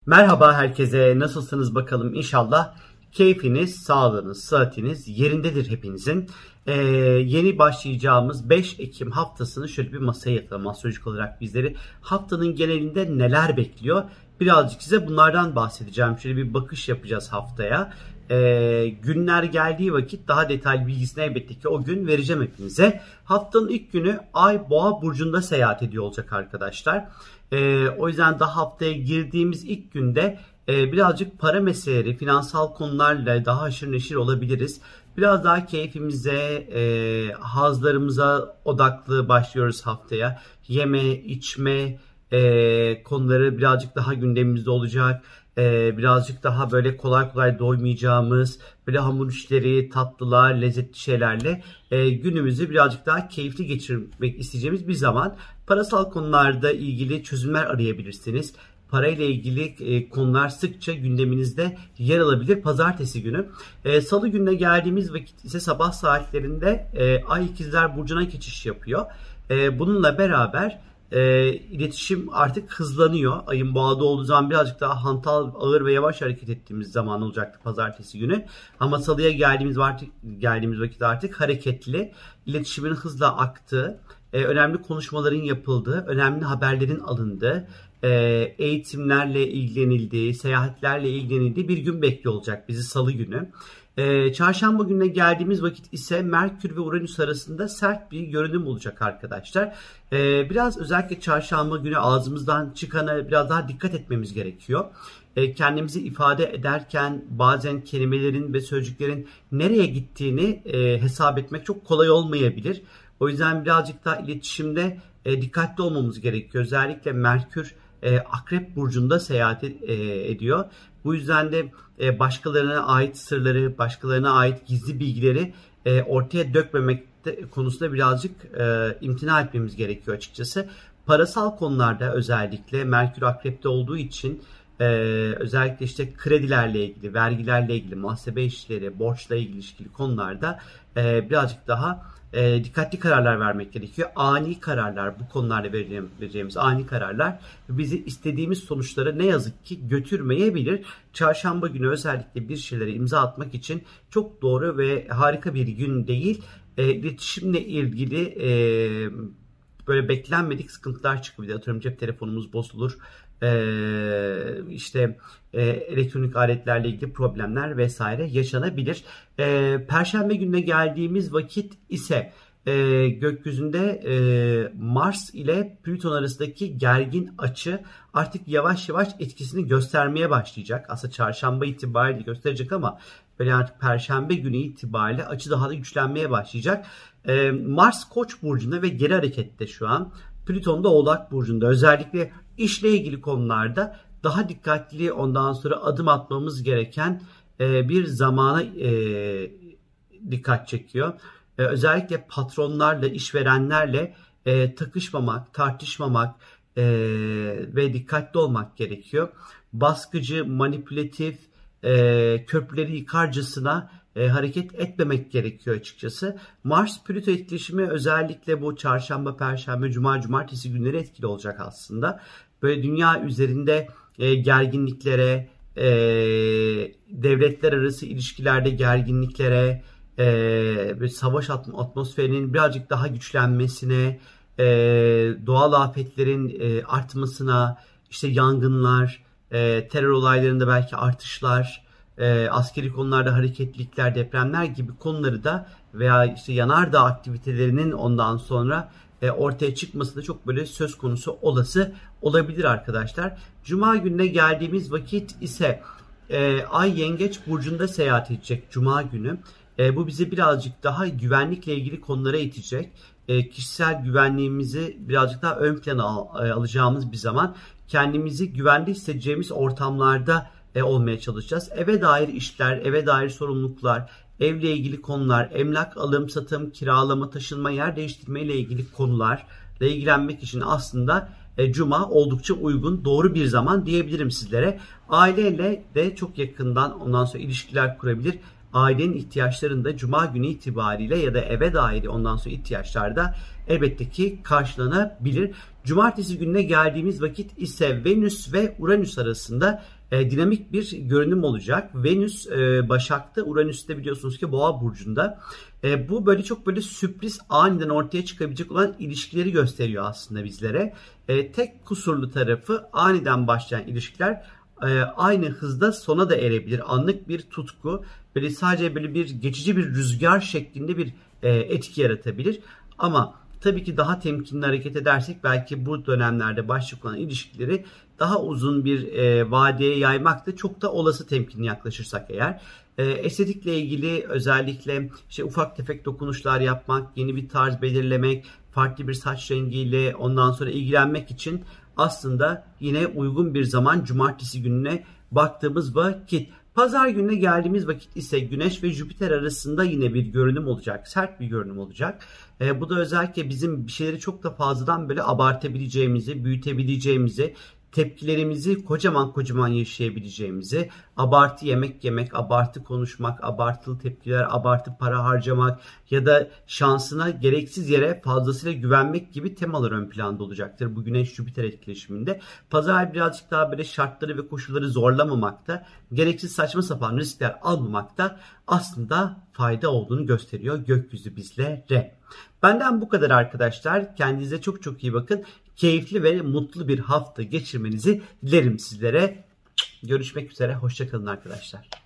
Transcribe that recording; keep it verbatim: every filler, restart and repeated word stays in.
Merhaba herkese, nasılsınız bakalım? İnşallah keyfiniz, sağlığınız, sıhhatiniz yerindedir hepinizin. Ee, yeni başlayacağımız beş Ekim haftasını şöyle bir masaya yatıralım. Astrolojik olarak bizleri haftanın genelinde neler bekliyor? Birazcık size bunlardan bahsedeceğim. Şöyle bir bakış yapacağız haftaya. Ee, günler geldiği vakit daha detaylı bilgisini elbette ki o gün vereceğim hepinize. Haftanın ilk günü Ay Boğa burcunda seyahat ediyor olacak arkadaşlar. Ee, o yüzden daha haftaya girdiğimiz ilk günde e, birazcık para meseleleri, finansal konularla daha haşır neşir olabiliriz. Biraz daha keyfimize, e, hazlarımıza odaklı başlıyoruz haftaya. Yeme, içme e, konuları birazcık daha gündemimizde olacak. E, birazcık daha böyle kolay kolay doymayacağımız, böyle hamur işleri, tatlılar, lezzetli şeylerle e, günümüzü birazcık daha keyifli geçirmek isteyeceğimiz bir zaman. Parasal konularda ilgili çözümler arayabilirsiniz. Parayla ilgili e, konular sıkça gündeminizde yer alabilir pazartesi günü. E, Salı gününe geldiğimiz vakit ise sabah saatlerinde e, Ay İkizler Burcu'na geçiş yapıyor. E, bununla beraber e, iletişim artık hızlanıyor. Ayın Boğa'da olduğu zaman birazcık daha hantal, ağır ve yavaş hareket ettiğimiz zaman olacaktı pazartesi günü. Ama Salı'ya geldiğimiz, artık, geldiğimiz vakit artık hareketli, iletişimin hızla aktığı, e, önemli konuşmaların yapıldığı, önemli haberlerin alındığı, eğitimlerle ilgilenildiği, seyahatlerle ilgilenildiği bir gün bekliyor olacak bizi Salı günü. Ee, çarşamba gününe geldiğimiz vakit ise Merkür ve Uranüs arasında sert bir görünüm olacak arkadaşlar. Ee, biraz özellikle çarşamba günü ağzımızdan çıkana biraz daha dikkat etmemiz gerekiyor. Ee, kendimizi ifade ederken bazen kelimelerin ve sözcüklerin nereye gittiğini e, hesap etmek çok kolay olmayabilir. O yüzden birazcık daha iletişimde e, dikkatli olmamız gerekiyor. Özellikle Merkür e, Akrep Burcu'nda seyahat e, ediyor. Bu yüzden de e, başkalarına ait sırları, başkalarına ait gizli bilgileri e, ortaya dökmemek konusunda birazcık e, imtina etmemiz gerekiyor açıkçası. Parasal konularda özellikle Merkür Akrep'te olduğu için e, özellikle işte kredilerle ilgili, vergilerle ilgili, muhasebe işleri, borçla ilişkili konularda e, birazcık daha E, dikkatli kararlar vermek gerekiyor. Ani kararlar, bu konularda vereceğimiz, vereceğimiz ani kararlar bizi istediğimiz sonuçlara ne yazık ki götürmeyebilir. Çarşamba günü özellikle bir şeylere imza atmak için çok doğru ve harika bir gün değil. E, iletişimle ilgili e, böyle beklenmedik sıkıntılar çıkabilir. Atıyorum cep telefonumuz bozulur. Ee, işte e, elektronik aletlerle ilgili problemler vesaire yaşanabilir. Ee, Perşembe gününe geldiğimiz vakit ise e, gökyüzünde e, Mars ile Plüton arasındaki gergin açı artık yavaş yavaş etkisini göstermeye başlayacak. Aslında çarşamba itibariyle gösterecek ama böyle artık Perşembe günü itibariyle açı daha da güçlenmeye başlayacak. E, Mars Koç burcunda ve geri harekette şu an. Plüton da Oğlak burcunda. Özellikle işle ilgili konularda daha dikkatli, ondan sonra adım atmamız gereken e, bir zamana e, dikkat çekiyor. E, özellikle patronlarla, işverenlerle e, takışmamak, tartışmamak e, ve dikkatli olmak gerekiyor. Baskıcı, manipülatif, e, köprüleri yıkarcasına e, hareket etmemek gerekiyor açıkçası. Mars-Plüto etkileşimi özellikle bu çarşamba, perşembe, cuma, cumartesi günleri etkili olacak aslında. Böyle dünya üzerinde e, gerginliklere, e, devletler arası ilişkilerde gerginliklere, e, böyle savaş atmosferinin birazcık daha güçlenmesine, e, doğal afetlerin e, artmasına, işte yangınlar, e, terör olaylarında belki artışlar, e, askeri konularda hareketlilikler, depremler gibi konuları da veya işte yanardağ aktivitelerinin ondan sonra e, ortaya çıkması da çok böyle söz konusu olası olabilir arkadaşlar. Cuma gününe geldiğimiz vakit ise e, Ay Yengeç burcunda seyahat edecek Cuma günü. E, bu bizi birazcık daha güvenlikle ilgili konulara itecek. E, kişisel güvenliğimizi birazcık daha ön plana al, e, alacağımız bir zaman. Kendimizi güvende hissedeceğimiz ortamlarda e, olmaya çalışacağız. Eve dair işler, eve dair sorumluluklar, evle ilgili konular, emlak alım, satım, kiralama, taşınma, yer değiştirme ile ilgili konularla ilgilenmek için aslında e, Cuma oldukça uygun, doğru bir zaman diyebilirim sizlere. Aileyle de çok yakından ondan sonra ilişkiler kurabilir. Ailenin ihtiyaçlarını da Cuma günü itibariyle ya da eve dair ondan sonra ihtiyaçlarda elbette ki karşılanabilir. Cumartesi gününe geldiğimiz vakit ise Venüs ve Uranüs arasında E, dinamik bir görünüm olacak. Venüs e, Başak'ta, Uranüs'te biliyorsunuz ki Boğa burcunda. E, bu böyle çok böyle sürpriz, aniden ortaya çıkabilecek olan ilişkileri gösteriyor aslında bizlere. E, tek kusurlu tarafı, aniden başlayan ilişkiler e, aynı hızda sona da erebilir. Anlık bir tutku, böyle sadece böyle bir geçici bir rüzgar şeklinde bir e, etki yaratabilir. Ama tabii ki daha temkinli hareket edersek belki bu dönemlerde başlayacak olan ilişkileri daha uzun bir e, vadeye yaymak da çok da olası, temkinli yaklaşırsak eğer. E, estetikle ilgili özellikle işte ufak tefek dokunuşlar yapmak, yeni bir tarz belirlemek, farklı bir saç rengiyle ondan sonra ilgilenmek için aslında yine uygun bir zaman cumartesi gününe baktığımız vakit. Pazar gününe geldiğimiz vakit ise Güneş ve Jüpiter arasında yine bir görünüm olacak. Sert bir görünüm olacak. E, bu da özellikle bizim bir şeyleri çok da fazladan böyle abartabileceğimizi, büyütebileceğimizi, tepkilerimizi kocaman kocaman yaşayabileceğimizi, abartı yemek yemek, abartı konuşmak, abartılı tepkiler, abartı para harcamak ya da şansına gereksiz yere fazlasıyla güvenmek gibi temalar ön planda olacaktır bu Güneş-Jüpiter etkileşiminde. Pazar birazcık daha böyle şartları ve koşulları zorlamamakta, gereksiz saçma sapan riskler almamakta aslında fayda olduğunu gösteriyor gökyüzü bizlere. Benden bu kadar arkadaşlar. Kendinize çok çok iyi bakın. Keyifli ve mutlu bir hafta geçirmenizi dilerim sizlere. Görüşmek üzere. Hoşça kalın arkadaşlar.